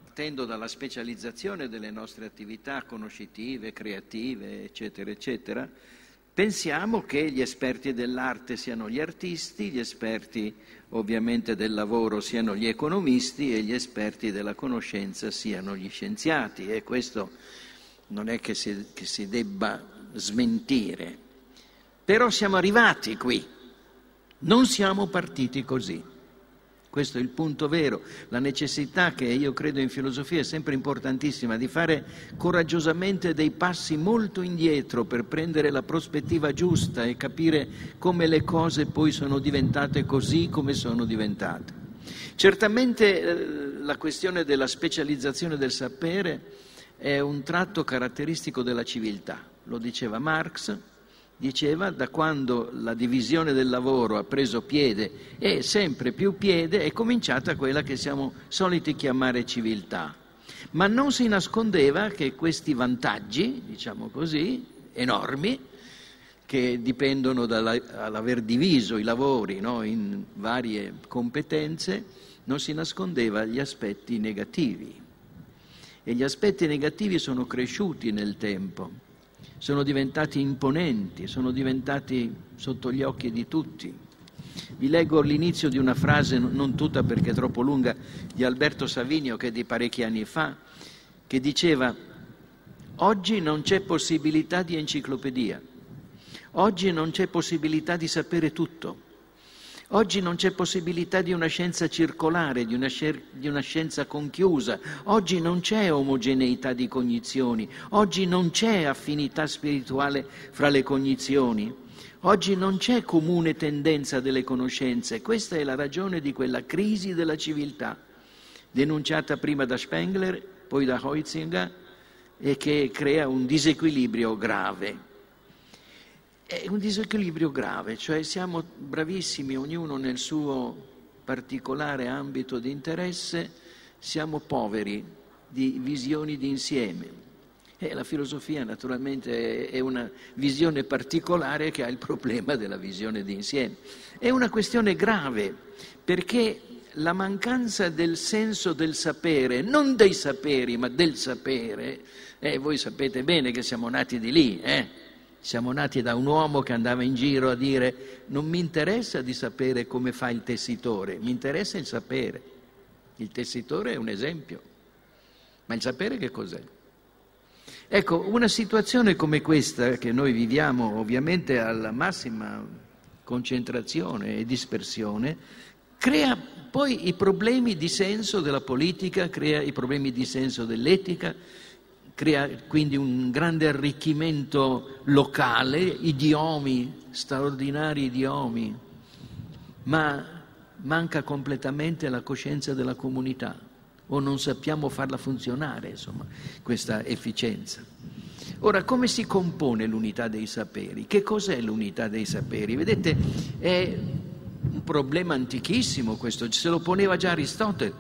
partendo dalla specializzazione delle nostre attività conoscitive, creative, eccetera, eccetera, pensiamo che gli esperti dell'arte siano gli artisti, gli esperti ovviamente del lavoro siano gli economisti e gli esperti della conoscenza siano gli scienziati, e questo non è che si debba smentire. Però siamo arrivati qui, non siamo partiti così. Questo è il punto vero, la necessità che io credo in filosofia è sempre importantissima, di fare coraggiosamente dei passi molto indietro per prendere la prospettiva giusta e capire come le cose poi sono diventate così come sono diventate. Certamente la questione della specializzazione del sapere è un tratto caratteristico della civiltà, lo diceva Marx. Diceva, da quando la divisione del lavoro ha preso piede e sempre più piede, è cominciata quella che siamo soliti chiamare civiltà. Ma non si nascondeva che questi vantaggi, diciamo così, enormi, che dipendono dall'aver diviso i lavori, no, in varie competenze, non si nascondeva gli aspetti negativi. E gli aspetti negativi sono cresciuti nel tempo. Sono diventati imponenti, sono diventati sotto gli occhi di tutti. Vi leggo l'inizio di una frase, non tutta perché è troppo lunga, di Alberto Savinio, che è di parecchi anni fa, che diceva: oggi non c'è possibilità di enciclopedia, oggi non c'è possibilità di sapere tutto, oggi non c'è possibilità di una scienza circolare, di una scienza conchiusa, oggi non c'è omogeneità di cognizioni, oggi non c'è affinità spirituale fra le cognizioni, oggi non c'è comune tendenza delle conoscenze. Questa è la ragione di quella crisi della civiltà, denunciata prima da Spengler, poi da Huizinga, e che crea un disequilibrio grave. È un disequilibrio grave, cioè siamo bravissimi, ognuno nel suo particolare ambito di interesse, siamo poveri di visioni d'insieme. E la filosofia naturalmente è una visione particolare che ha il problema della visione d'insieme. È una questione grave, perché la mancanza del senso del sapere, non dei saperi ma del sapere, voi sapete bene che siamo nati di lì, Siamo nati da un uomo che andava in giro a dire: non mi interessa di sapere come fa il tessitore, mi interessa il sapere. Il tessitore è un esempio, ma il sapere che cos'è? Ecco, una situazione come questa che noi viviamo ovviamente alla massima concentrazione e dispersione crea poi i problemi di senso della politica, crea i problemi di senso dell'etica, crea quindi un grande arricchimento locale, idiomi, straordinari idiomi, ma manca completamente la coscienza della comunità, o non sappiamo farla funzionare, insomma, questa efficienza. Ora, come si compone l'unità dei saperi? Che cos'è l'unità dei saperi? Vedete, è un problema antichissimo questo, se lo poneva già Aristotele,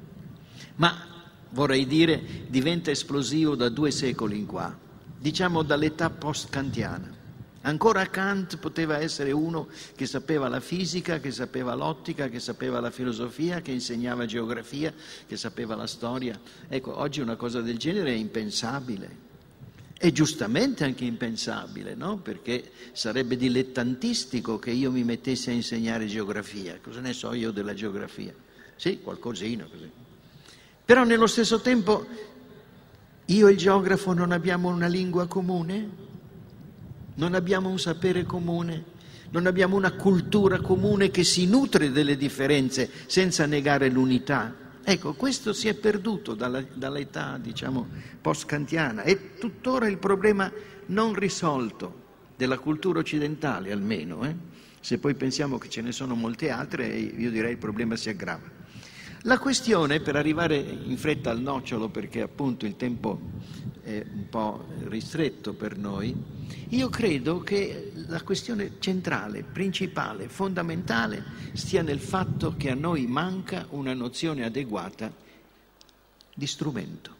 ma vorrei dire diventa esplosivo da 2 secoli in qua, diciamo dall'età post-kantiana. Ancora Kant poteva essere uno che sapeva la fisica, che sapeva l'ottica, che sapeva la filosofia, che insegnava geografia, che sapeva la storia. Ecco, oggi una cosa del genere è impensabile, è giustamente anche impensabile, no? Perché sarebbe dilettantistico che io mi mettessi a insegnare geografia, cosa ne so io della geografia? Sì, qualcosina così. Però nello stesso tempo io e il geografo non abbiamo una lingua comune, non abbiamo un sapere comune, non abbiamo una cultura comune che si nutre delle differenze senza negare l'unità. Ecco, questo si è perduto dall'età, diciamo, post-kantiana, è tuttora il problema non risolto della cultura occidentale almeno. Se poi pensiamo che ce ne sono molte altre, io direi il problema si aggrava. La questione, per arrivare in fretta al nocciolo, perché appunto il tempo è un po' ristretto per noi, io credo che la questione centrale, principale, fondamentale stia nel fatto che a noi manca una nozione adeguata di strumento.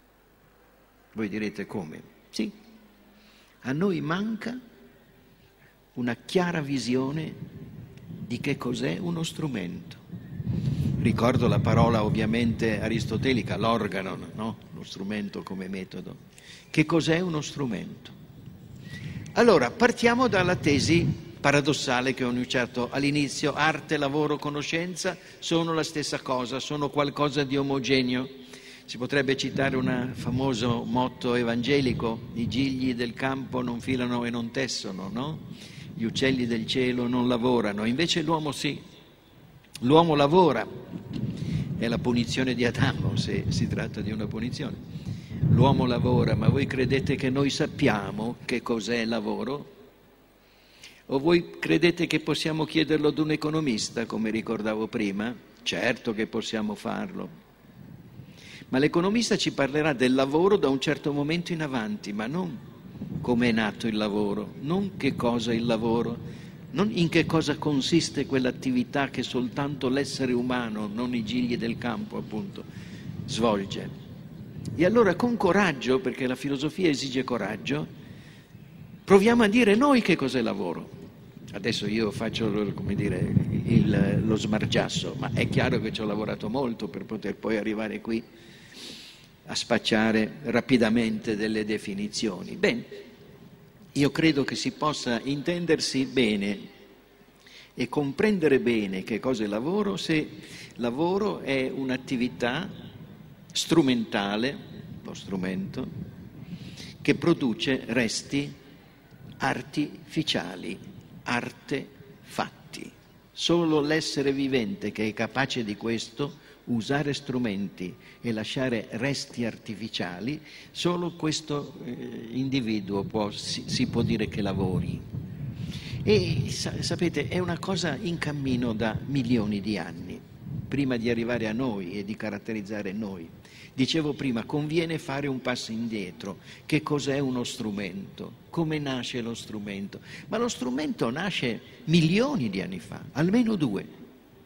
Voi direte come? Sì, a noi manca una chiara visione di che cos'è uno strumento. Ricordo la parola ovviamente aristotelica, l'organon, no? Lo strumento come metodo. Che cos'è uno strumento? Allora, partiamo dalla tesi paradossale che ho enunciato all'inizio: arte, lavoro, conoscenza sono la stessa cosa, sono qualcosa di omogeneo. Si potrebbe citare un famoso motto evangelico: i gigli del campo non filano e non tessono, no? Gli uccelli del cielo non lavorano, invece l'uomo sì, l'uomo lavora. È la punizione di Adamo, se si tratta di una punizione. L'uomo lavora, ma voi credete che noi sappiamo che cos'è lavoro? O voi credete che possiamo chiederlo ad un economista, come ricordavo prima? Certo che possiamo farlo. Ma l'economista ci parlerà del lavoro da un certo momento in avanti, ma non come è nato il lavoro, non che cosa è il lavoro, non in che cosa consiste quell'attività che soltanto l'essere umano, non i gigli del campo appunto, svolge. E allora con coraggio, perché la filosofia esige coraggio, proviamo a dire noi che cos'è lavoro. Adesso io faccio, come dire, lo smargiasso, ma è chiaro che ci ho lavorato molto per poter poi arrivare qui a spacciare rapidamente delle definizioni. Bene, io credo che si possa intendersi bene e comprendere bene che cosa è lavoro se lavoro è un'attività strumentale, lo strumento, che produce resti artificiali, artefatti. Solo l'essere vivente che è capace di questo, usare strumenti e lasciare resti artificiali, solo questo individuo si può dire che lavori. E sapete, è una cosa in cammino da milioni di anni, prima di arrivare a noi e di caratterizzare noi. Dicevo prima, conviene fare un passo indietro. Che cos'è uno strumento? Come nasce lo strumento? Ma lo strumento nasce milioni di anni fa, almeno due,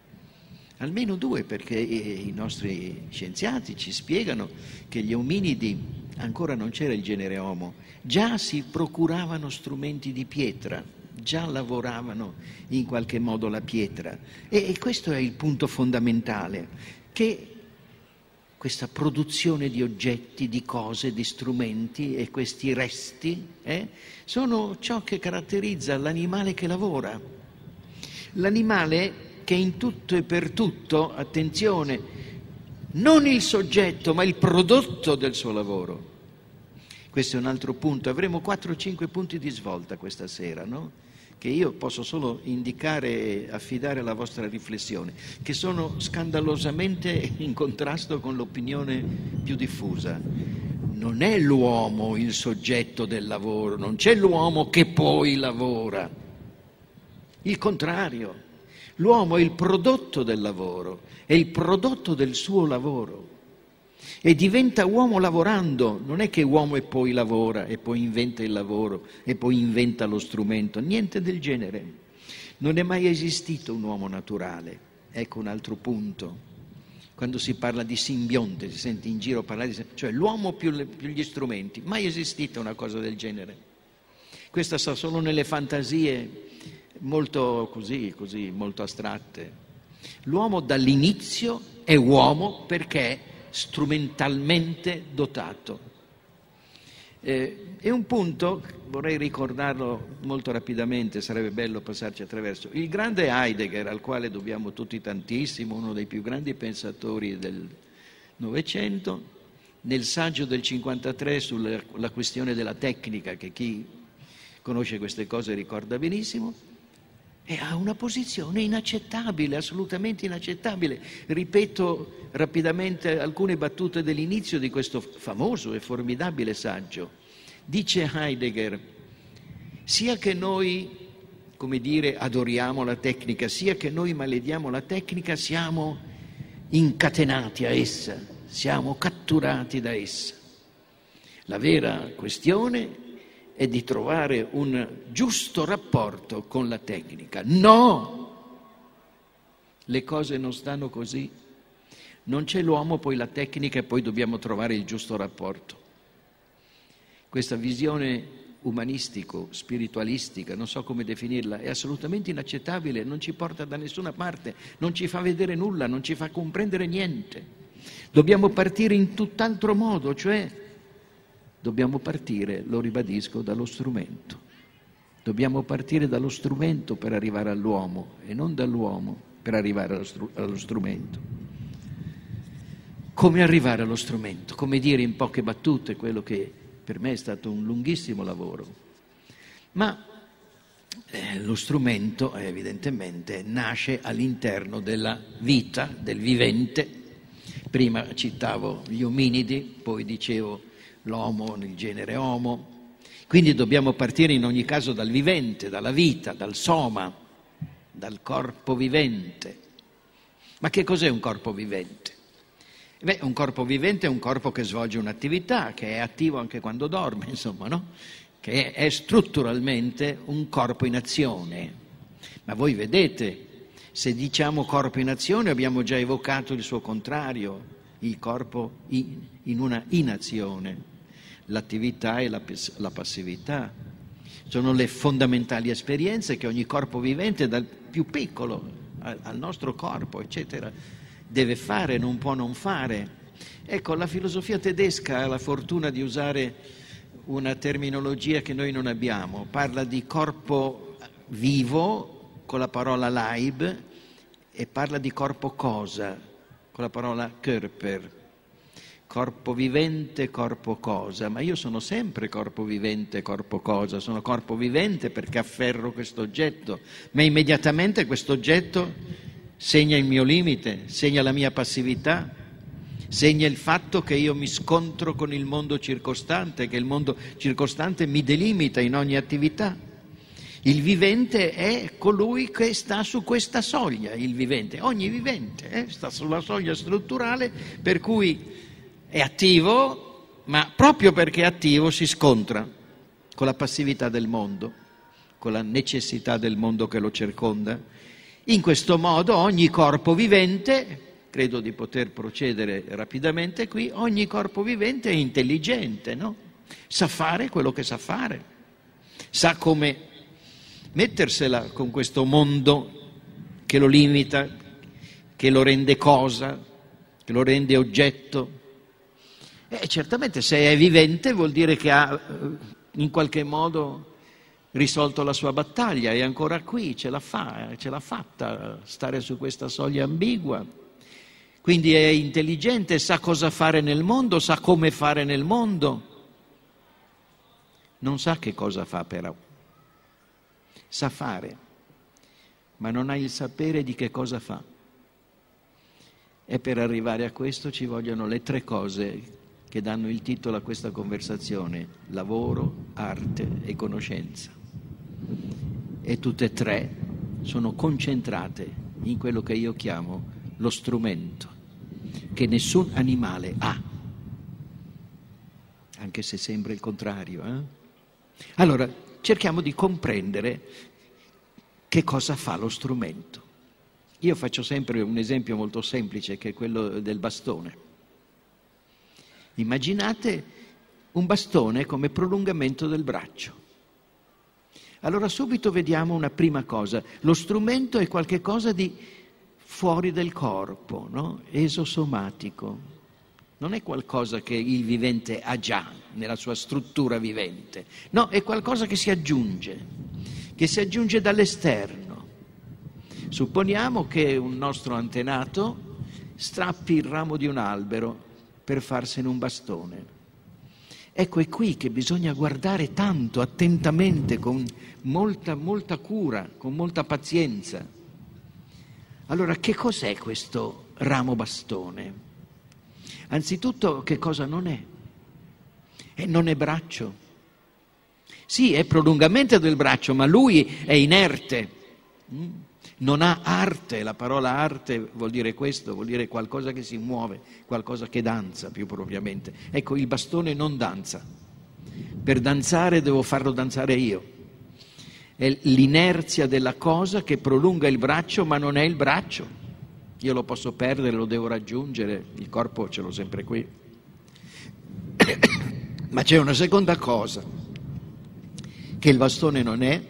perché i nostri scienziati ci spiegano che gli ominidi, ancora non c'era il genere Homo, già si procuravano strumenti di pietra, già lavoravano in qualche modo la pietra. E questo è il punto fondamentale, che questa produzione di oggetti, di cose, di strumenti e questi resti sono ciò che caratterizza l'animale che lavora. L'animale che in tutto e per tutto, attenzione, non il soggetto ma il prodotto del suo lavoro. Questo è un altro punto. Avremo 4 o 5 punti di svolta questa sera, no? Che io posso solo indicare e affidare alla vostra riflessione, che sono scandalosamente in contrasto con l'opinione più diffusa. Non è l'uomo il soggetto del lavoro, non c'è l'uomo che poi lavora. Il contrario. L'uomo è il prodotto del lavoro, è il prodotto del suo lavoro e diventa uomo lavorando. Non è che uomo e poi lavora e poi inventa il lavoro e poi inventa lo strumento, niente del genere. Non è mai esistito un uomo naturale. Ecco un altro punto. Quando si parla di simbionte, si sente in giro parlare cioè l'uomo più gli strumenti, mai esistita una cosa del genere. Questa sta solo nelle fantasie molto così, molto astratte. L'uomo dall'inizio è uomo perché è strumentalmente dotato. E un punto, vorrei ricordarlo molto rapidamente, sarebbe bello passarci attraverso. Il grande Heidegger, al quale dobbiamo tutti tantissimo, uno dei più grandi pensatori del Novecento, nel saggio del 53 sulla questione della tecnica, che chi conosce queste cose ricorda benissimo, e ha una posizione inaccettabile, assolutamente inaccettabile. Ripeto rapidamente alcune battute dell'inizio di questo famoso e formidabile saggio. Dice Heidegger: sia che noi, come dire, adoriamo la tecnica, sia che noi malediamo la tecnica, siamo incatenati a essa, siamo catturati da essa. La vera questione è di trovare un giusto rapporto con la tecnica. No! Le cose non stanno così. Non c'è l'uomo, poi la tecnica e poi dobbiamo trovare il giusto rapporto. Questa visione umanistico, spiritualistica, non so come definirla, è assolutamente inaccettabile, non ci porta da nessuna parte, non ci fa vedere nulla, non ci fa comprendere niente. Dobbiamo partire in tutt'altro modo, cioè dobbiamo partire, lo ribadisco, dallo strumento. Dobbiamo partire dallo strumento per arrivare all'uomo e non dall'uomo per arrivare allo strumento. Come arrivare allo strumento? Come dire in poche battute quello che per me è stato un lunghissimo lavoro. Ma lo strumento evidentemente nasce all'interno della vita, del vivente. Prima citavo gli ominidi, poi dicevo l'homo, il genere homo. Quindi dobbiamo partire in ogni caso dal vivente, dalla vita, dal soma, dal corpo vivente. Ma che cos'è un corpo vivente? Beh, un corpo vivente è un corpo che svolge un'attività, che è attivo anche quando dorme, insomma, no? Che è strutturalmente un corpo in azione. Ma voi vedete, se diciamo corpo in azione abbiamo già evocato il suo contrario, il corpo in una inazione. L'attività e la passività sono le fondamentali esperienze che ogni corpo vivente, dal più piccolo al nostro corpo, eccetera, deve fare, non può non fare. Ecco, la filosofia tedesca ha la fortuna di usare una terminologia che noi non abbiamo. Parla di corpo vivo con la parola Leib e parla di corpo cosa con la parola Körper. Corpo vivente, corpo cosa, ma io sono sempre corpo vivente, corpo cosa, sono corpo vivente perché afferro questo oggetto, ma immediatamente questo oggetto segna il mio limite, segna la mia passività, segna il fatto che io mi scontro con il mondo circostante, che il mondo circostante mi delimita in ogni attività. Il vivente è colui che sta su questa soglia, il vivente, ogni vivente sta sulla soglia strutturale per cui è attivo, ma proprio perché è attivo si scontra con la passività del mondo, con la necessità del mondo che lo circonda. In questo modo ogni corpo vivente, credo di poter procedere rapidamente qui, ogni corpo vivente è intelligente, no? Sa fare quello che sa fare, sa come mettersela con questo mondo che lo limita, che lo rende cosa, che lo rende oggetto. Certamente se è vivente vuol dire che ha in qualche modo risolto la sua battaglia, è ancora qui, ce l'ha fatta stare su questa soglia ambigua. Quindi è intelligente, sa cosa fare nel mondo, sa come fare nel mondo. Non sa che cosa fa però. Sa fare, ma non ha il sapere di che cosa fa. E per arrivare a questo ci vogliono le tre cose che danno il titolo a questa conversazione: lavoro, arte e conoscenza. E tutte e tre sono concentrate in quello che io chiamo lo strumento, che nessun animale ha, anche se sembra il contrario. Allora, cerchiamo di comprendere che cosa fa lo strumento. Io faccio sempre un esempio molto semplice, che è quello del bastone. Immaginate un bastone come prolungamento del braccio. Allora subito vediamo una prima cosa: lo strumento è qualche cosa di fuori del corpo, no? Esosomatico. Non è qualcosa che il vivente ha già nella sua struttura vivente, no, è qualcosa che si aggiunge dall'esterno. Supponiamo che un nostro antenato strappi il ramo di un albero per farsene un bastone. Ecco, è qui che bisogna guardare tanto, attentamente, con molta cura, con molta pazienza. Allora, che cos'è questo ramo bastone? Anzitutto, che cosa non è? Non è braccio. Sì, è prolungamento del braccio, ma lui è inerte. Non ha arte. La parola arte vuol dire questo, vuol dire qualcosa che si muove, qualcosa che danza più propriamente. Ecco, il bastone non danza. Per danzare devo farlo danzare io. È l'inerzia della cosa che prolunga il braccio, ma non è il braccio. Io lo posso perdere, lo devo raggiungere, il corpo ce l'ho sempre qui. Ma c'è una seconda cosa. che il bastone non è,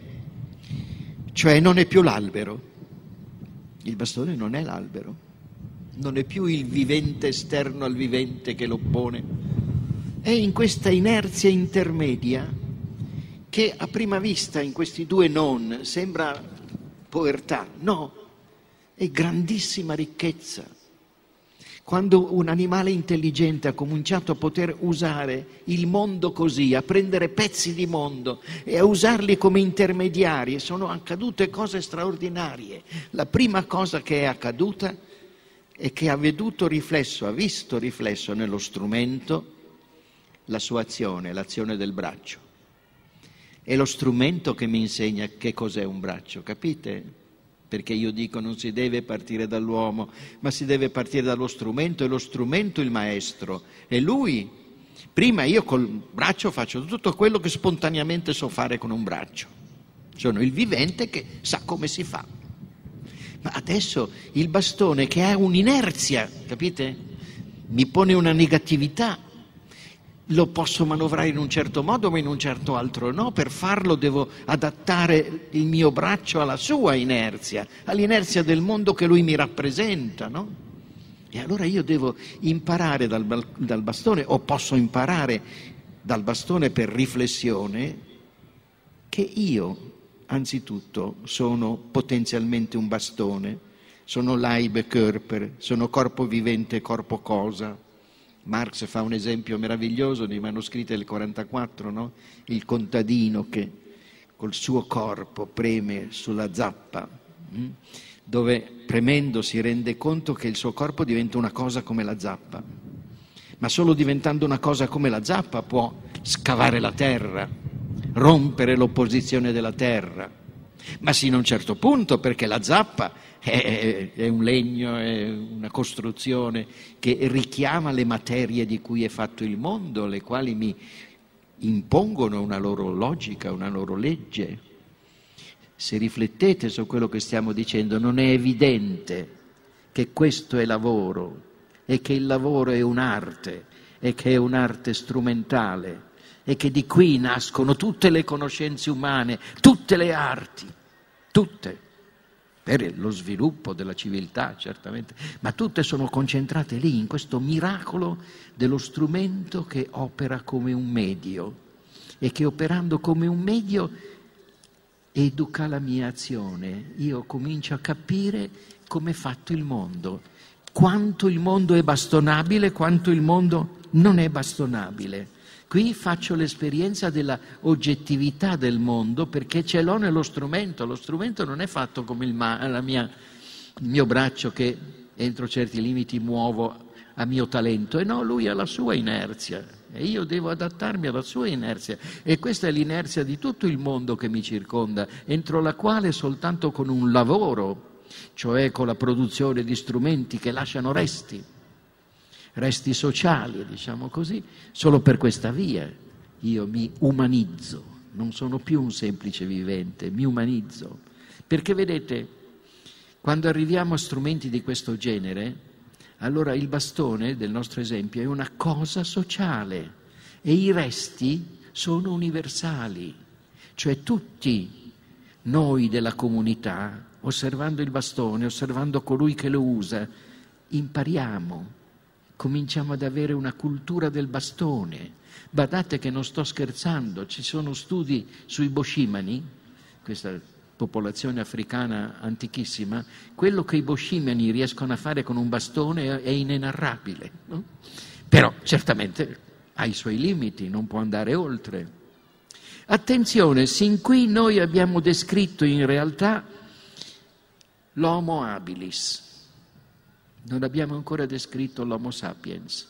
cioè non è più l'albero. Il bastone non è l'albero, non è più il vivente esterno al vivente che l'oppone. È in questa inerzia intermedia che a prima vista in questi due non sembra povertà, no, è grandissima ricchezza. Quando un animale intelligente ha cominciato a poter usare il mondo così, a prendere pezzi di mondo e a usarli come intermediari, sono accadute cose straordinarie. La prima cosa che è accaduta è che ha visto riflesso nello strumento la sua azione, l'azione del braccio. È lo strumento che mi insegna che cos'è un braccio, capite? Perché io dico non si deve partire dall'uomo, ma si deve partire dallo strumento, è lo strumento il maestro, è lui. Prima io col braccio faccio tutto quello che spontaneamente so fare con un braccio. Sono il vivente che sa come si fa. Ma adesso il bastone che ha un'inerzia, capite? Mi pone una negatività. Lo posso manovrare in un certo modo, ma in un certo altro no. Per farlo devo adattare il mio braccio alla sua inerzia, all'inerzia del mondo che lui mi rappresenta, no? E allora io devo imparare dal bastone, o posso imparare dal bastone per riflessione, che io, anzitutto, sono potenzialmente un bastone, sono Leib Körper, sono corpo vivente, corpo cosa. Marx fa un esempio meraviglioso nei manoscritti del 44, no? Il contadino che col suo corpo preme sulla zappa, dove premendo si rende conto che il suo corpo diventa una cosa come la zappa, ma solo diventando una cosa come la zappa può scavare la terra, rompere l'opposizione della terra, ma sino a un certo punto, perché la zappa è un legno, è una costruzione che richiama le materie di cui è fatto il mondo, le quali mi impongono una loro logica, una loro legge. Se riflettete su quello che stiamo dicendo, non è evidente che questo è lavoro e che il lavoro è un'arte e che è un'arte strumentale e che di qui nascono tutte le conoscenze umane, tutte le arti, tutte, per lo sviluppo della civiltà certamente, ma tutte sono concentrate lì in questo miracolo dello strumento che opera come un medio e che operando come un medio educa la mia azione. Io comincio a capire come è fatto il mondo, quanto il mondo è bastonabile, quanto il mondo non è bastonabile. Qui faccio l'esperienza della oggettività del mondo perché ce l'ho nello strumento. Lo strumento non è fatto come il mio braccio che entro certi limiti muovo a mio talento, e no, lui ha la sua inerzia e io devo adattarmi alla sua inerzia, e questa è l'inerzia di tutto il mondo che mi circonda, entro la quale soltanto con un lavoro, cioè con la produzione di strumenti che lasciano resti sociali, diciamo così, solo per questa via io mi umanizzo, non sono più un semplice vivente, mi umanizzo. Perché vedete, quando arriviamo a strumenti di questo genere, allora il bastone del nostro esempio è una cosa sociale e i resti sono universali, cioè tutti noi della comunità, osservando il bastone, osservando colui che lo usa, impariamo. Cominciamo ad avere una cultura del bastone. Badate che non sto scherzando, ci sono studi sui boshimani, questa popolazione africana antichissima, quello che i boshimani riescono a fare con un bastone è inenarrabile, no? Però certamente ha i suoi limiti, non può andare oltre. Attenzione, sin qui noi abbiamo descritto in realtà l'Homo habilis. Non abbiamo ancora descritto l'Homo sapiens.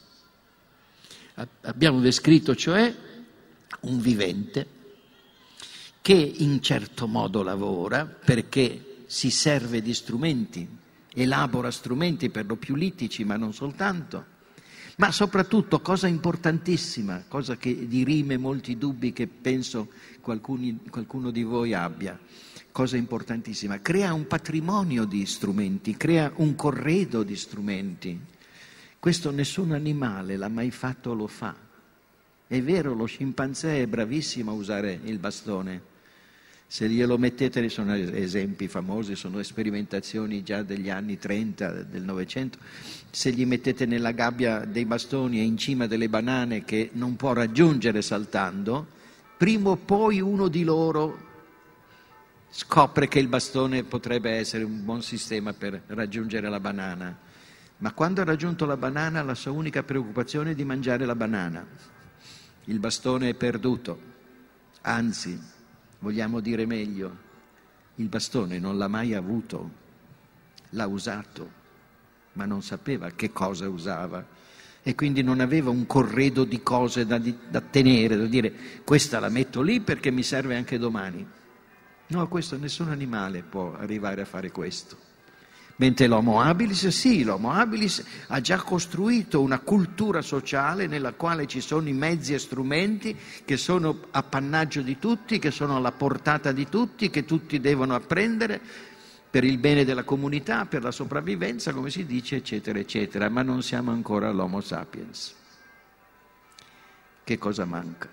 Abbiamo descritto cioè un vivente che in certo modo lavora perché si serve di strumenti, elabora strumenti per lo più littici, ma non soltanto. Ma soprattutto, cosa importantissima, cosa che dirime molti dubbi che penso qualcuno di voi abbia, cosa importantissima, crea un patrimonio di strumenti, crea un corredo di strumenti. Questo nessun animale l'ha mai fatto o lo fa. È vero, lo scimpanzé è bravissimo a usare il bastone. Se glielo mettete, sono esempi famosi, sono sperimentazioni già degli anni 30 del Novecento, se gli mettete nella gabbia dei bastoni e in cima delle banane che non può raggiungere saltando, prima o poi uno di loro scopre che il bastone potrebbe essere un buon sistema per raggiungere la banana. Ma quando ha raggiunto la banana, la sua unica preoccupazione è di mangiare la banana. Il bastone è perduto, anzi, vogliamo dire meglio, il bastone non l'ha mai avuto, l'ha usato, ma non sapeva che cosa usava e quindi non aveva un corredo di cose da tenere, da dire questa la metto lì perché mi serve anche domani. No, questo nessun animale può arrivare a fare questo. Mentre l'Homo habilis, sì, l'Homo habilis ha già costruito una cultura sociale nella quale ci sono i mezzi e strumenti che sono appannaggio di tutti, che sono alla portata di tutti, che tutti devono apprendere per il bene della comunità, per la sopravvivenza, come si dice, eccetera, eccetera. Ma non siamo ancora l'Homo sapiens. Che cosa manca?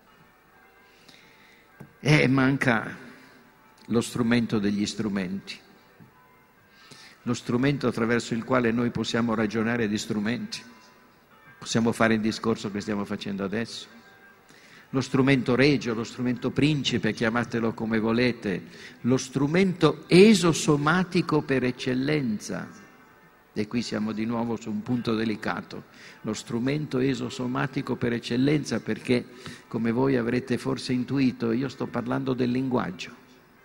Manca lo strumento degli strumenti. Lo strumento attraverso il quale noi possiamo ragionare di strumenti, possiamo fare il discorso che stiamo facendo adesso. Lo strumento regio, lo strumento principe, chiamatelo come volete, lo strumento esosomatico per eccellenza. E qui siamo di nuovo su un punto delicato, lo strumento esosomatico per eccellenza, perché, come voi avrete forse intuito, io sto parlando del linguaggio.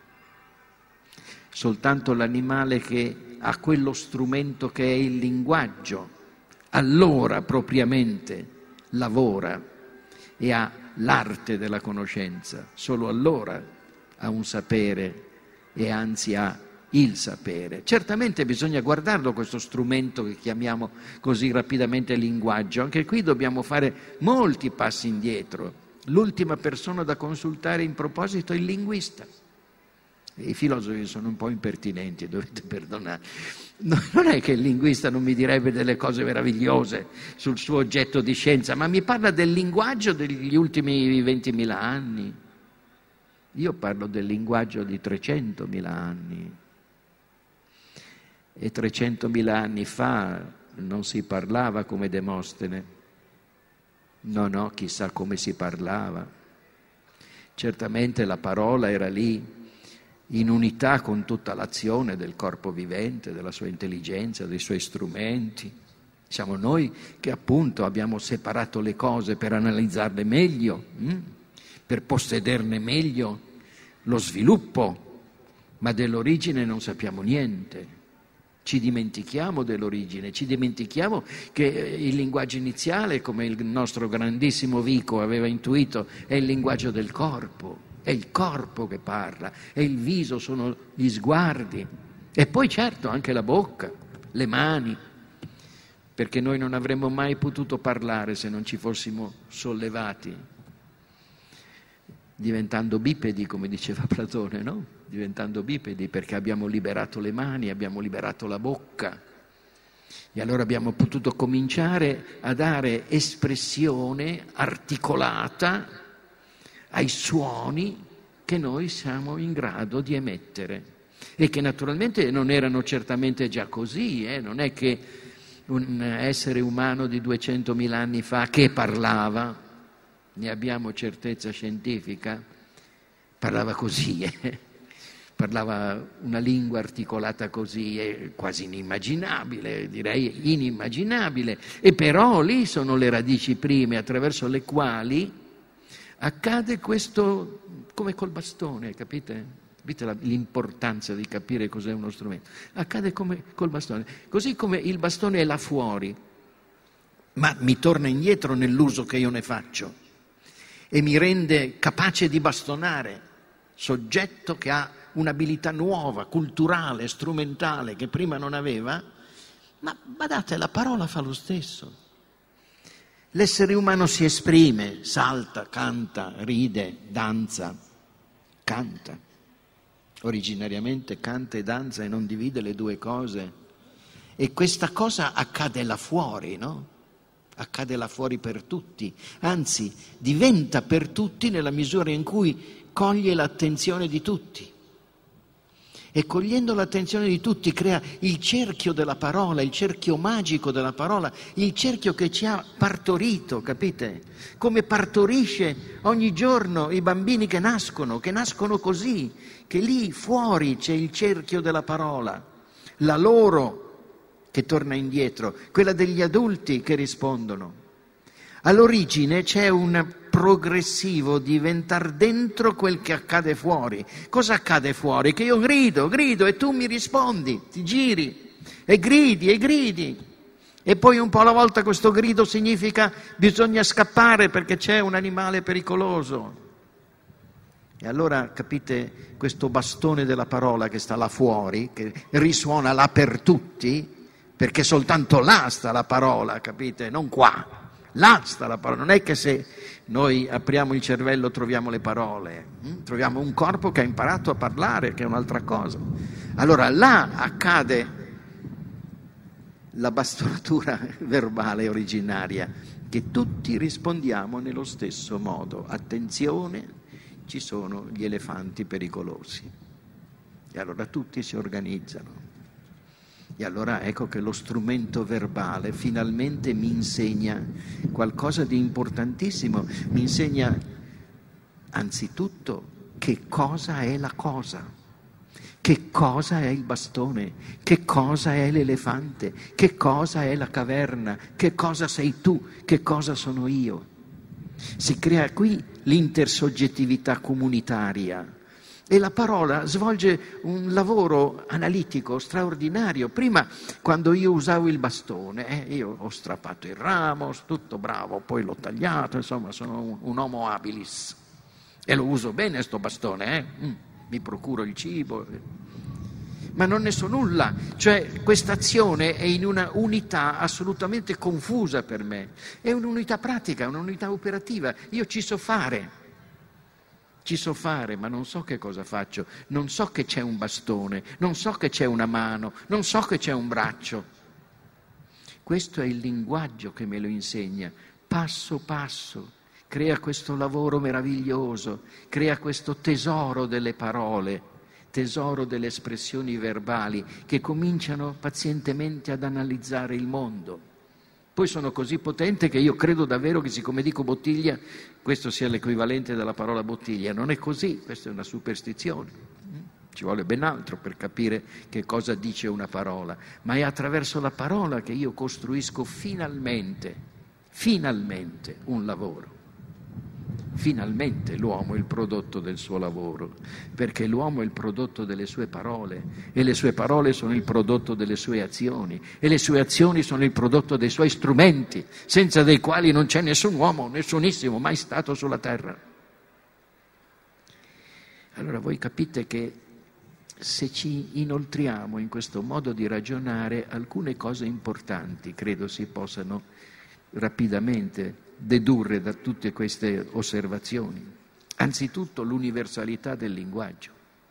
Soltanto l'animale che ha quello strumento che è il linguaggio, allora propriamente lavora e ha l'arte della conoscenza, solo allora ha un sapere e anzi ha il sapere. Certamente bisogna guardarlo questo strumento che chiamiamo così rapidamente linguaggio, anche qui dobbiamo fare molti passi indietro. L'ultima persona da consultare in proposito è il linguista. I filosofi sono un po' impertinenti, dovete perdonare. Non è che il linguista non mi direbbe delle cose meravigliose sul suo oggetto di scienza, ma mi parla del linguaggio degli ultimi 20.000 anni. Io parlo del linguaggio di 300.000 anni. E 300.000 anni fa non si parlava come Demostene. No, chissà come si parlava. Certamente la parola era lì, in unità con tutta l'azione del corpo vivente, della sua intelligenza, dei suoi strumenti. Siamo noi che appunto abbiamo separato le cose per analizzarle meglio, per possederne meglio lo sviluppo, ma dell'origine non sappiamo niente. Ci dimentichiamo dell'origine, ci dimentichiamo che il linguaggio iniziale, come il nostro grandissimo Vico aveva intuito, è il linguaggio del corpo. È il corpo che parla, è il viso, sono gli sguardi e poi certo anche la bocca, le mani, perché noi non avremmo mai potuto parlare se non ci fossimo sollevati, diventando bipedi, come diceva Platone, no? Diventando bipedi perché abbiamo liberato le mani, abbiamo liberato la bocca e allora abbiamo potuto cominciare a dare espressione articolata ai suoni che noi siamo in grado di emettere e che naturalmente non erano certamente già così, non è che un essere umano di 200.000 anni fa che parlava, ne abbiamo certezza scientifica, parlava così, parlava una lingua articolata così, è quasi inimmaginabile, direi inimmaginabile, e però lì sono le radici prime attraverso le quali accade questo come col bastone, capite? Capite l'importanza di capire cos'è uno strumento? Accade come col bastone, così come il bastone è là fuori, ma mi torna indietro nell'uso che io ne faccio e mi rende capace di bastonare, soggetto che ha un'abilità nuova, culturale, strumentale, che prima non aveva, ma badate, la parola fa lo stesso. L'essere umano si esprime, salta, canta, ride, danza, canta. Originariamente canta e danza e non divide le due cose. E questa cosa accade là fuori, no? accade là fuori per tutti, anzi diventa per tutti nella misura in cui coglie l'attenzione di tutti. E cogliendo l'attenzione di tutti crea il cerchio della parola, il cerchio magico della parola, il cerchio che ci ha partorito, capite? Come partorisce ogni giorno i bambini che nascono così, che lì fuori c'è il cerchio della parola, la loro che torna indietro, quella degli adulti che rispondono. All'origine c'è un progressivo diventar dentro quel che accade fuori. Cosa accade fuori? Che io grido e tu mi rispondi, ti giri e gridi. E poi un po' alla volta questo grido significa bisogna scappare perché c'è un animale pericoloso. E allora capite questo bastone della parola che sta là fuori, che risuona là per tutti, perché soltanto là sta la parola, capite? Non qua. Là sta la parola, non è che se noi apriamo il cervello troviamo le parole, troviamo un corpo che ha imparato a parlare, che è un'altra cosa. Allora là accade la bastonatura verbale originaria, che tutti rispondiamo nello stesso modo. Attenzione, ci sono gli elefanti pericolosi. E allora tutti si organizzano. E allora ecco che lo strumento verbale finalmente mi insegna qualcosa di importantissimo, mi insegna anzitutto che cosa è la cosa, che cosa è il bastone, che cosa è l'elefante, che cosa è la caverna, che cosa sei tu, che cosa sono io. Si crea qui l'intersoggettività comunitaria. E la parola svolge un lavoro analitico straordinario. Prima, quando io usavo il bastone, io ho strappato il ramo, tutto bravo, poi l'ho tagliato, insomma sono un homo habilis. E lo uso bene sto bastone, mi procuro il cibo. Ma non ne so nulla, cioè questa azione è in una unità assolutamente confusa per me. È un'unità pratica, un'unità operativa. Io ci so fare, ma non so che cosa faccio, non so che c'è un bastone, non so che c'è una mano, non so che c'è un braccio. Questo è il linguaggio che me lo insegna, passo passo, crea questo lavoro meraviglioso, crea questo tesoro delle parole, tesoro delle espressioni verbali che cominciano pazientemente ad analizzare il mondo. Poi sono così potente che io credo davvero che, siccome dico bottiglia, questo sia l'equivalente della parola bottiglia. Non è così, questa è una superstizione. Ci vuole ben altro per capire che cosa dice una parola. Ma è attraverso la parola che io costruisco finalmente un lavoro. Finalmente l'uomo è il prodotto del suo lavoro, perché l'uomo è il prodotto delle sue parole e le sue parole sono il prodotto delle sue azioni e le sue azioni sono il prodotto dei suoi strumenti, senza dei quali non c'è nessun uomo, nessunissimo, mai stato sulla terra. Allora voi capite che se ci inoltriamo in questo modo di ragionare, alcune cose importanti credo si possano rapidamente dedurre da tutte queste osservazioni. Anzitutto l'universalità del linguaggio.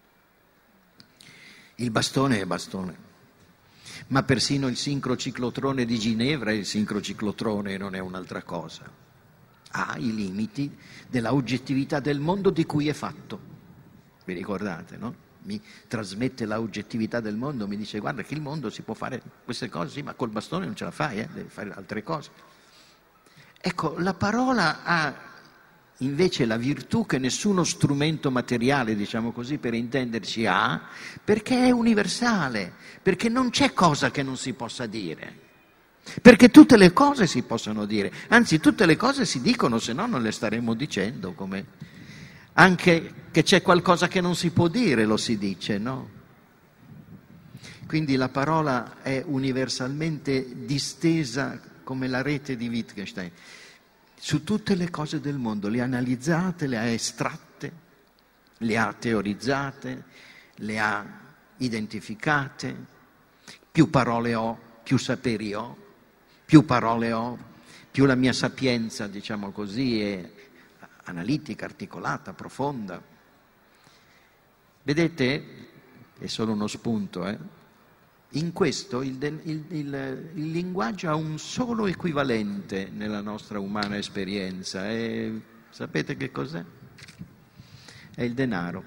Il bastone è bastone, ma persino il sincrociclotrone di Ginevra è il sincrociclotrone e non è un'altra cosa. Ha i limiti della oggettività del mondo di cui è fatto. Vi ricordate, no? Mi trasmette la oggettività del mondo, mi dice guarda che il mondo si può fare queste cose, sì, ma col bastone non ce la fai, devi fare altre cose. Ecco, la parola ha invece la virtù che nessuno strumento materiale, diciamo così, per intenderci ha, perché è universale, perché non c'è cosa che non si possa dire, perché tutte le cose si possono dire, anzi tutte le cose si dicono, se no non le staremmo dicendo, come anche che c'è qualcosa che non si può dire lo si dice, no? Quindi la parola è universalmente distesa come la rete di Wittgenstein, su tutte le cose del mondo, le ha analizzate, le ha estratte, le ha teorizzate, le ha identificate. Più parole ho, più saperi ho, più parole ho, più la mia sapienza, diciamo così, è analitica, articolata, profonda. Vedete, è solo uno spunto, In questo il linguaggio ha un solo equivalente nella nostra umana esperienza e sapete che cos'è? È il denaro.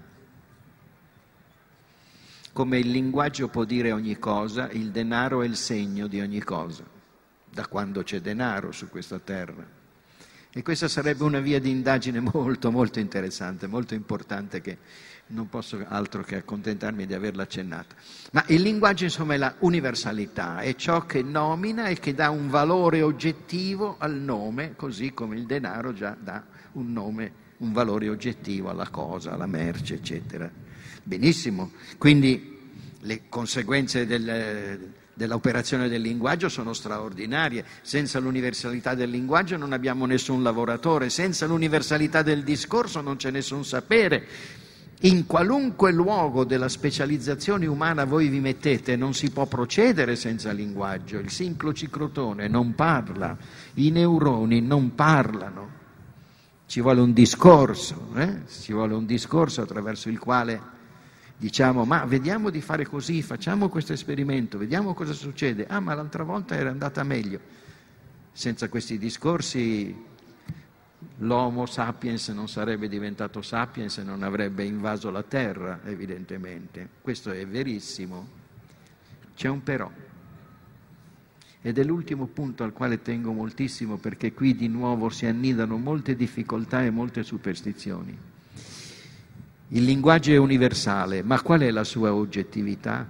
Come il linguaggio può dire ogni cosa, il denaro è il segno di ogni cosa, da quando c'è denaro su questa terra. E questa sarebbe una via di indagine molto, molto interessante, molto importante, che non posso altro che accontentarmi di averla accennata. Ma il linguaggio, insomma, è la universalità, è ciò che nomina e che dà un valore oggettivo al nome, così come il denaro già dà un nome, un valore oggettivo alla cosa, alla merce, eccetera. Benissimo, quindi le conseguenze dell'operazione del linguaggio sono straordinarie. Senza l'universalità del linguaggio non abbiamo nessun lavoratore, senza l'universalità del discorso non c'è nessun sapere. In qualunque luogo della specializzazione umana voi vi mettete non si può procedere senza linguaggio. Il sinclociclotone non parla, i neuroni non parlano. Ci vuole un discorso, ci vuole un discorso attraverso il quale diciamo: ma vediamo di fare così, facciamo questo esperimento, vediamo cosa succede. Ah, ma l'altra volta era andata meglio. Senza questi discorsi l'Homo sapiens non sarebbe diventato sapiens e non avrebbe invaso la Terra, evidentemente. Questo è verissimo. C'è un però. Ed è l'ultimo punto al quale tengo moltissimo, perché qui di nuovo si annidano molte difficoltà e molte superstizioni. Il linguaggio è universale, ma qual è la sua oggettività?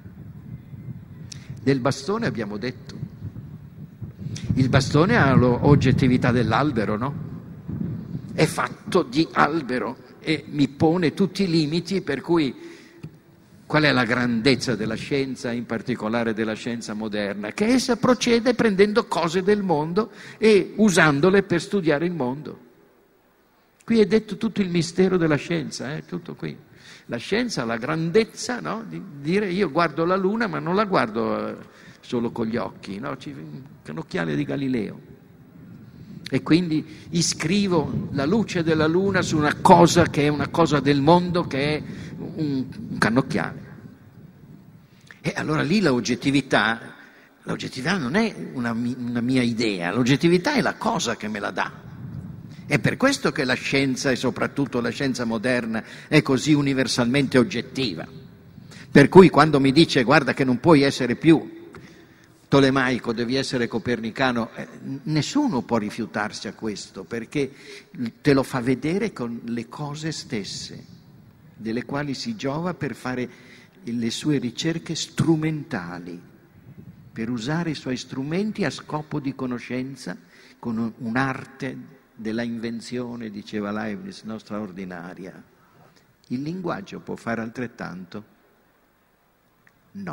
Del bastone abbiamo detto. Il bastone ha l'oggettività dell'albero, no? È fatto di albero e mi pone tutti i limiti, per cui qual è la grandezza della scienza, in particolare della scienza moderna? Che essa procede prendendo cose del mondo e usandole per studiare il mondo. Qui è detto tutto il mistero della scienza, tutto qui. La scienza ha la grandezza, no, di dire: io guardo la luna, ma non la guardo solo con gli occhi, no? Con l'occhiale di Galileo. E quindi iscrivo la luce della luna su una cosa che è una cosa del mondo, che è un cannocchiale. E allora lì l'oggettività non è una mia idea, l'oggettività è la cosa che me la dà. È per questo che la scienza, e soprattutto la scienza moderna, è così universalmente oggettiva. Per cui quando mi dice: guarda che non puoi essere più tolemaico, devi essere copernicano, nessuno può rifiutarsi a questo, perché te lo fa vedere con le cose stesse, delle quali si giova per fare le sue ricerche strumentali, per usare i suoi strumenti a scopo di conoscenza, con un'arte della invenzione, diceva Leibniz, no, straordinaria. Il linguaggio può fare altrettanto? No.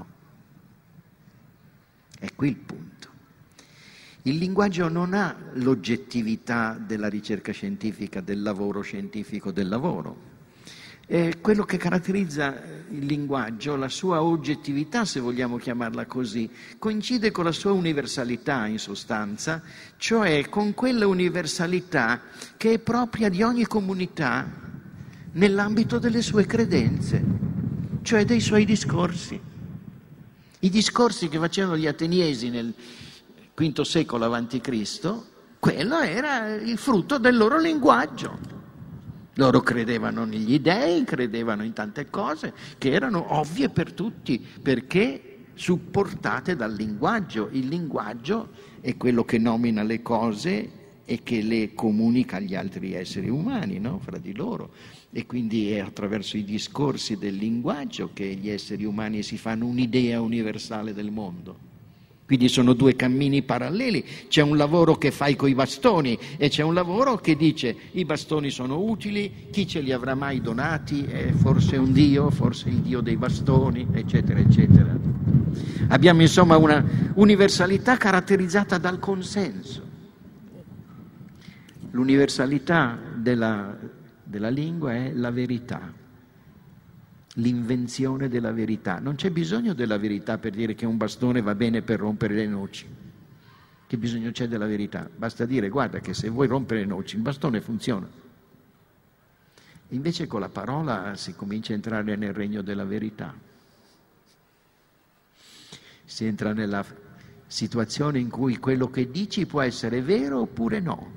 È qui il punto. Il linguaggio non ha l'oggettività della ricerca scientifica, del lavoro scientifico, del lavoro. Quello che caratterizza il linguaggio, la sua oggettività, se vogliamo chiamarla così, coincide con la sua universalità in sostanza, cioè con quella universalità che è propria di ogni comunità nell'ambito delle sue credenze, cioè dei suoi discorsi. I discorsi che facevano gli ateniesi nel V secolo a.C., quello era il frutto del loro linguaggio. Loro credevano negli dèi, credevano in tante cose che erano ovvie per tutti, perché supportate dal linguaggio. Il linguaggio è quello che nomina le cose e che le comunica agli altri esseri umani, no? Fra di loro. E quindi è attraverso i discorsi del linguaggio che gli esseri umani si fanno un'idea universale del mondo. Quindi sono due cammini paralleli, c'è un lavoro che fai coi bastoni e c'è un lavoro che dice: i bastoni sono utili, chi ce li avrà mai donati? Forse un Dio, forse il Dio dei bastoni, eccetera, eccetera. Abbiamo insomma una universalità caratterizzata dal consenso. L'universalità della lingua è la verità. L'invenzione della verità. Non c'è bisogno della verità per dire che un bastone va bene per rompere le noci. Che bisogno c'è della verità? Basta dire: guarda che se vuoi rompere le noci il bastone funziona. Invece con la parola si comincia a entrare nel regno della verità. si entra nella situazione in cui quello che dici può essere vero oppure no,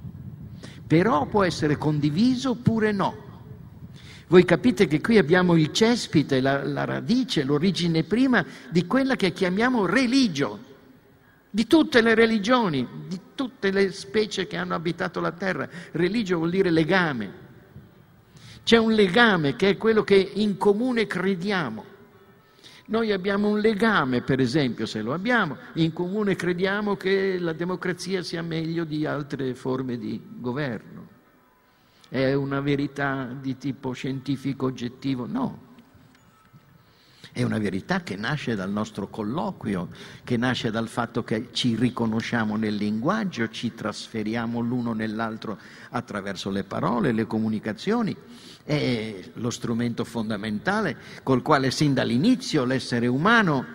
però può essere condiviso oppure no. Voi capite che qui abbiamo il cespite, la radice, l'origine prima di quella che chiamiamo religio, di tutte le religioni, di tutte le specie che hanno abitato la terra. Religio vuol dire legame. C'è un legame che è quello che in comune crediamo. Noi abbiamo un legame, per esempio, se lo abbiamo, in comune crediamo che la democrazia sia meglio di altre forme di governo. È una verità di tipo scientifico oggettivo? No. È una verità che nasce dal nostro colloquio, che nasce dal fatto che ci riconosciamo nel linguaggio, ci trasferiamo l'uno nell'altro attraverso le parole, le comunicazioni. È lo strumento fondamentale col quale sin dall'inizio l'essere umano,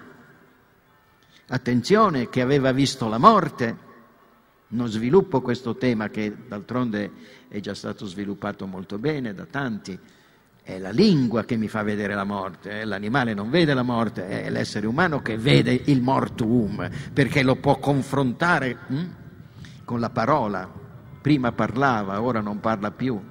attenzione, che aveva visto la morte, non sviluppo questo tema che d'altronde è già stato sviluppato molto bene da tanti, è la lingua che mi fa vedere la morte, l'animale non vede la morte, è l'essere umano che vede il mortuum, perché lo può confrontare con la parola. Prima parlava, ora non parla più,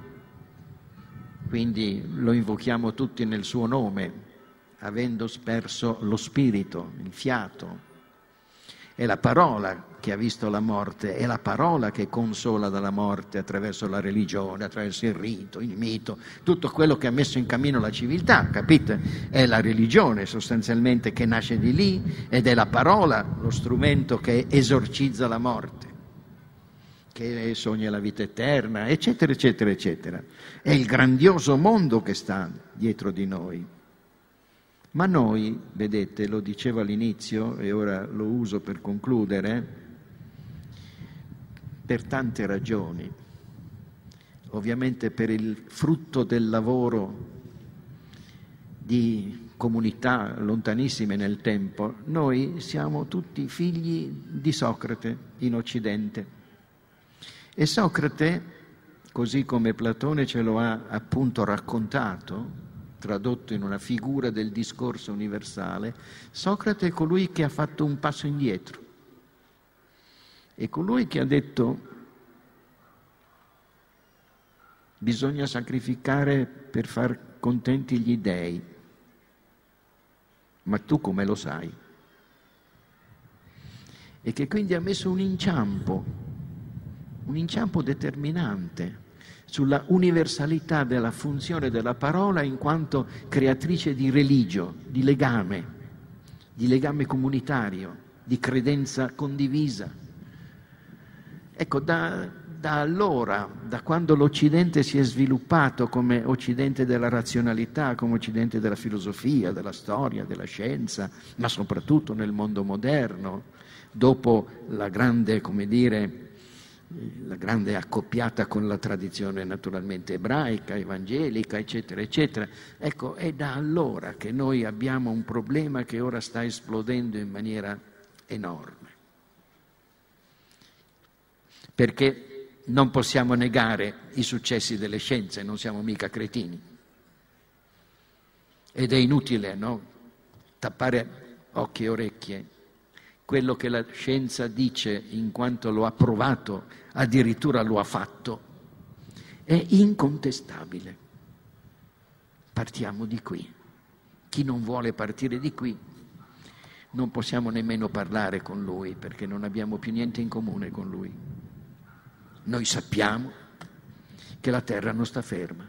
quindi lo invochiamo tutti nel suo nome, avendo sperso lo spirito, il fiato. È la parola che ha visto la morte, è la parola che consola dalla morte attraverso la religione, attraverso il rito, il mito, tutto quello che ha messo in cammino la civiltà, capite? È la religione sostanzialmente che nasce di lì ed è la parola, lo strumento che esorcizza la morte, che sogna la vita eterna, eccetera, eccetera, eccetera. È il grandioso mondo che sta dietro di noi. Ma noi, vedete, lo dicevo all'inizio e ora lo uso per concludere, per tante ragioni, ovviamente per il frutto del lavoro di comunità lontanissime nel tempo, noi siamo tutti figli di Socrate in Occidente. E Socrate, così come Platone ce lo ha appunto raccontato, tradotto in una figura del discorso universale, Socrate è colui che ha fatto un passo indietro. È colui che ha detto: bisogna sacrificare per far contenti gli dèi, ma tu come lo sai? E che quindi ha messo un inciampo determinante sulla universalità della funzione della parola in quanto creatrice di religio, di legame comunitario, di credenza condivisa. Ecco, da allora, da quando l'Occidente si è sviluppato come Occidente della razionalità, come Occidente della filosofia, della storia, della scienza, ma soprattutto nel mondo moderno, dopo la grande, la grande accoppiata con la tradizione naturalmente ebraica, evangelica, eccetera, eccetera. Ecco, è da allora che noi abbiamo un problema che ora sta esplodendo in maniera enorme. Perché non possiamo negare i successi delle scienze, non siamo mica cretini. Ed è inutile, no? Tappare occhi e orecchie. Quello che la scienza dice, in quanto lo ha provato, addirittura lo ha fatto, è incontestabile. Partiamo di qui. Chi non vuole partire di qui, non possiamo nemmeno parlare con lui, perché non abbiamo più niente in comune con lui. Noi sappiamo che la terra non sta ferma,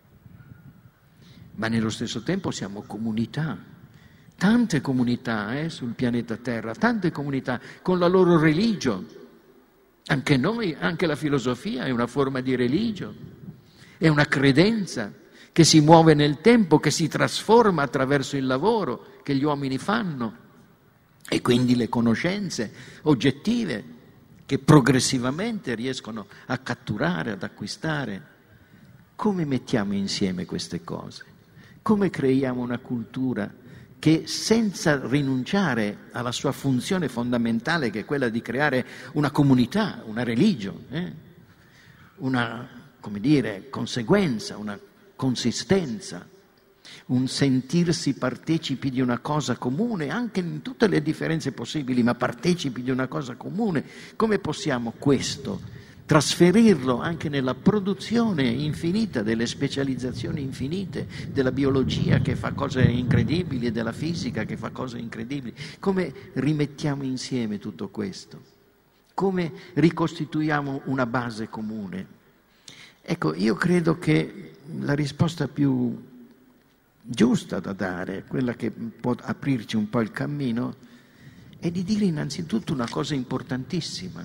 ma nello stesso tempo siamo comunità. Tante comunità sul pianeta Terra, tante comunità con la loro religio. Anche noi, anche la filosofia è una forma di religio, è una credenza che si muove nel tempo, che si trasforma attraverso il lavoro che gli uomini fanno e quindi le conoscenze oggettive che progressivamente riescono a catturare, ad acquistare. Come mettiamo insieme queste cose? Come creiamo una cultura che senza rinunciare alla sua funzione fondamentale, che è quella di creare una comunità, una religione, una, conseguenza, una consistenza, un sentirsi partecipi di una cosa comune, anche in tutte le differenze possibili, ma partecipi di una cosa comune. Come possiamo questo trasferirlo anche nella produzione infinita, delle specializzazioni infinite, della biologia che fa cose incredibili, della fisica che fa cose incredibili? Come rimettiamo insieme tutto questo? Come ricostituiamo una base comune? Ecco, io credo che la risposta più giusta da dare, quella che può aprirci un po' il cammino, è di dire innanzitutto una cosa importantissima.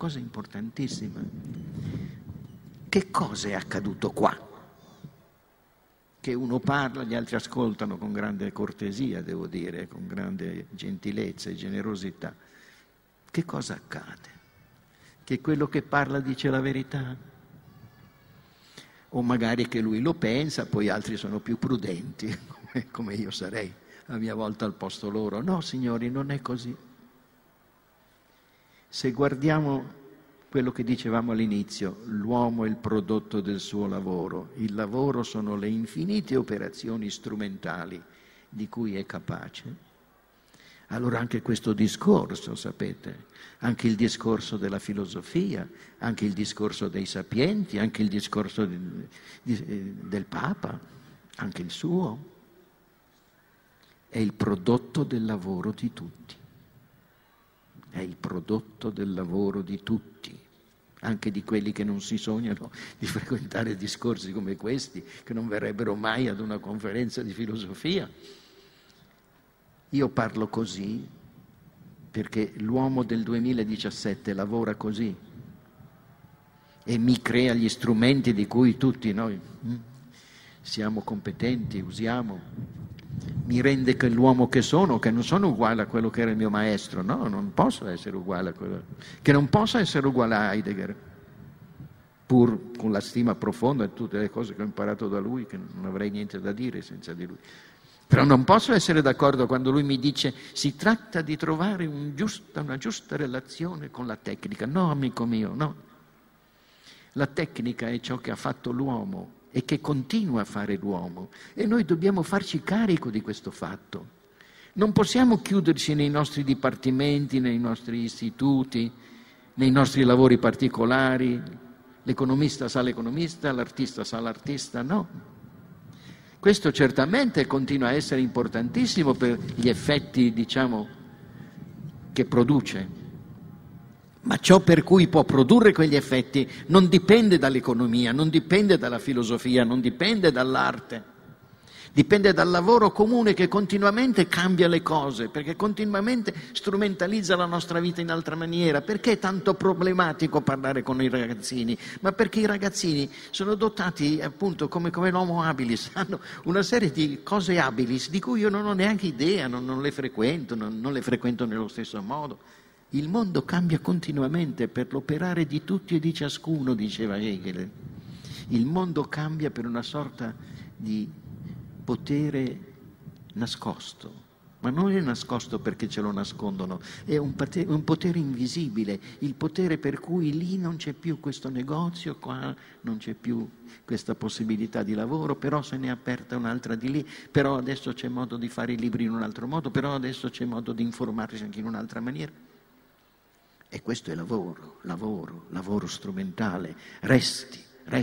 Che cosa è accaduto qua? Che uno parla, gli altri ascoltano con grande cortesia, devo dire, con grande gentilezza e generosità. Che cosa accade? Che quello che parla dice la verità? O magari che lui lo pensa, poi altri sono più prudenti, come io sarei a mia volta al posto loro. No, signori, non è così. Se guardiamo quello che dicevamo all'inizio, l'uomo è il prodotto del suo lavoro, il lavoro sono le infinite operazioni strumentali di cui è capace. Allora anche questo discorso, sapete, anche il discorso della filosofia, anche il discorso dei sapienti, anche il discorso del Papa, anche il suo, è il prodotto del lavoro di tutti. È il prodotto del lavoro di tutti, anche di quelli che non si sognano di frequentare discorsi come questi, che non verrebbero mai ad una conferenza di filosofia. Io parlo così perché l'uomo del 2017 lavora così e mi crea gli strumenti di cui tutti noi siamo competenti, usiamo. Mi rende che l'uomo che non sono uguale a quello che era il mio maestro, no, non posso essere uguale a quello, che non posso essere uguale a Heidegger, pur con la stima profonda di tutte le cose che ho imparato da lui, che non avrei niente da dire senza di lui. Però non posso essere d'accordo quando lui mi dice si tratta di trovare una giusta relazione con la tecnica. No, amico mio, no. La tecnica è ciò che ha fatto l'uomo e che continua a fare l'uomo e noi dobbiamo farci carico di questo fatto. Non possiamo chiuderci nei nostri dipartimenti, nei nostri istituti, nei nostri lavori particolari. L'economista sa l'economista, l'artista sa l'artista, no. Questo certamente continua a essere importantissimo per gli effetti, che produce. Ma ciò per cui può produrre quegli effetti non dipende dall'economia, non dipende dalla filosofia, non dipende dall'arte. Dipende dal lavoro comune che continuamente cambia le cose, perché continuamente strumentalizza la nostra vita in altra maniera. Perché è tanto problematico parlare con i ragazzini? Ma perché i ragazzini sono dotati appunto come l'homo habilis, hanno una serie di cose habilis di cui io non ho neanche idea, non le frequento, non le frequento nello stesso modo. Il mondo cambia continuamente per l'operare di tutti e di ciascuno, diceva Hegel. Il mondo cambia per una sorta di potere nascosto, ma non è nascosto perché ce lo nascondono, è un potere invisibile, il potere per cui lì non c'è più questo negozio, qua non c'è più questa possibilità di lavoro, però se ne è aperta un'altra di lì, però adesso c'è modo di fare i libri in un altro modo, però adesso c'è modo di informarsi anche in un'altra maniera. E questo è lavoro strumentale, resti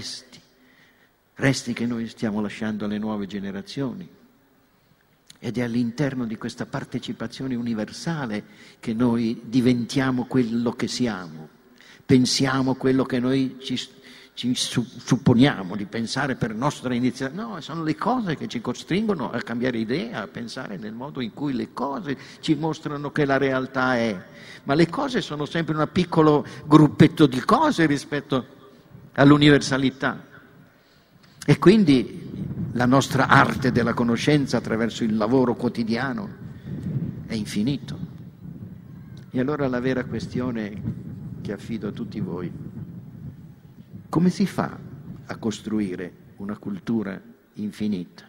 che noi stiamo lasciando alle nuove generazioni. Ed è all'interno di questa partecipazione universale che noi diventiamo quello che siamo, pensiamo quello che noi ci supponiamo di pensare per nostra iniziativa. No, sono le cose che ci costringono a cambiare idea, a pensare nel modo in cui le cose ci mostrano che la realtà è. Ma le cose sono sempre un piccolo gruppetto di cose rispetto all'universalità. E quindi la nostra arte della conoscenza attraverso il lavoro quotidiano è infinito. E allora la vera questione che affido a tutti voi: come si fa a costruire una cultura infinita?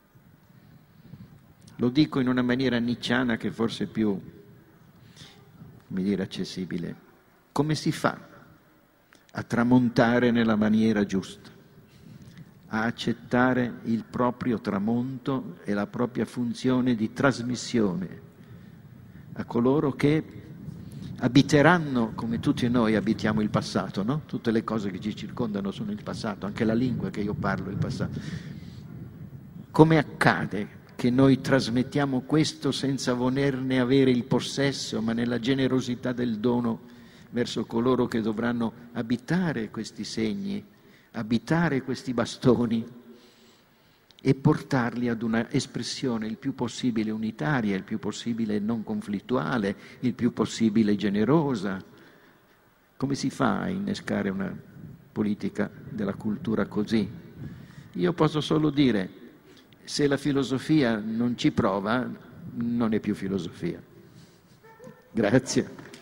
Lo dico in una maniera nietzschiana che forse è più, accessibile. Come si fa a tramontare nella maniera giusta, a accettare il proprio tramonto e la propria funzione di trasmissione a coloro che abiteranno, come tutti noi abitiamo il passato, no? Tutte le cose che ci circondano sono il passato, anche la lingua che io parlo è il passato. Come accade che noi trasmettiamo questo senza volerne avere il possesso, ma nella generosità del dono verso coloro che dovranno abitare questi segni, abitare questi bastoni e portarli ad una espressione il più possibile unitaria, il più possibile non conflittuale, il più possibile generosa. Come si fa a innescare una politica della cultura così? Io posso solo dire, se la filosofia non ci prova, non è più filosofia. Grazie.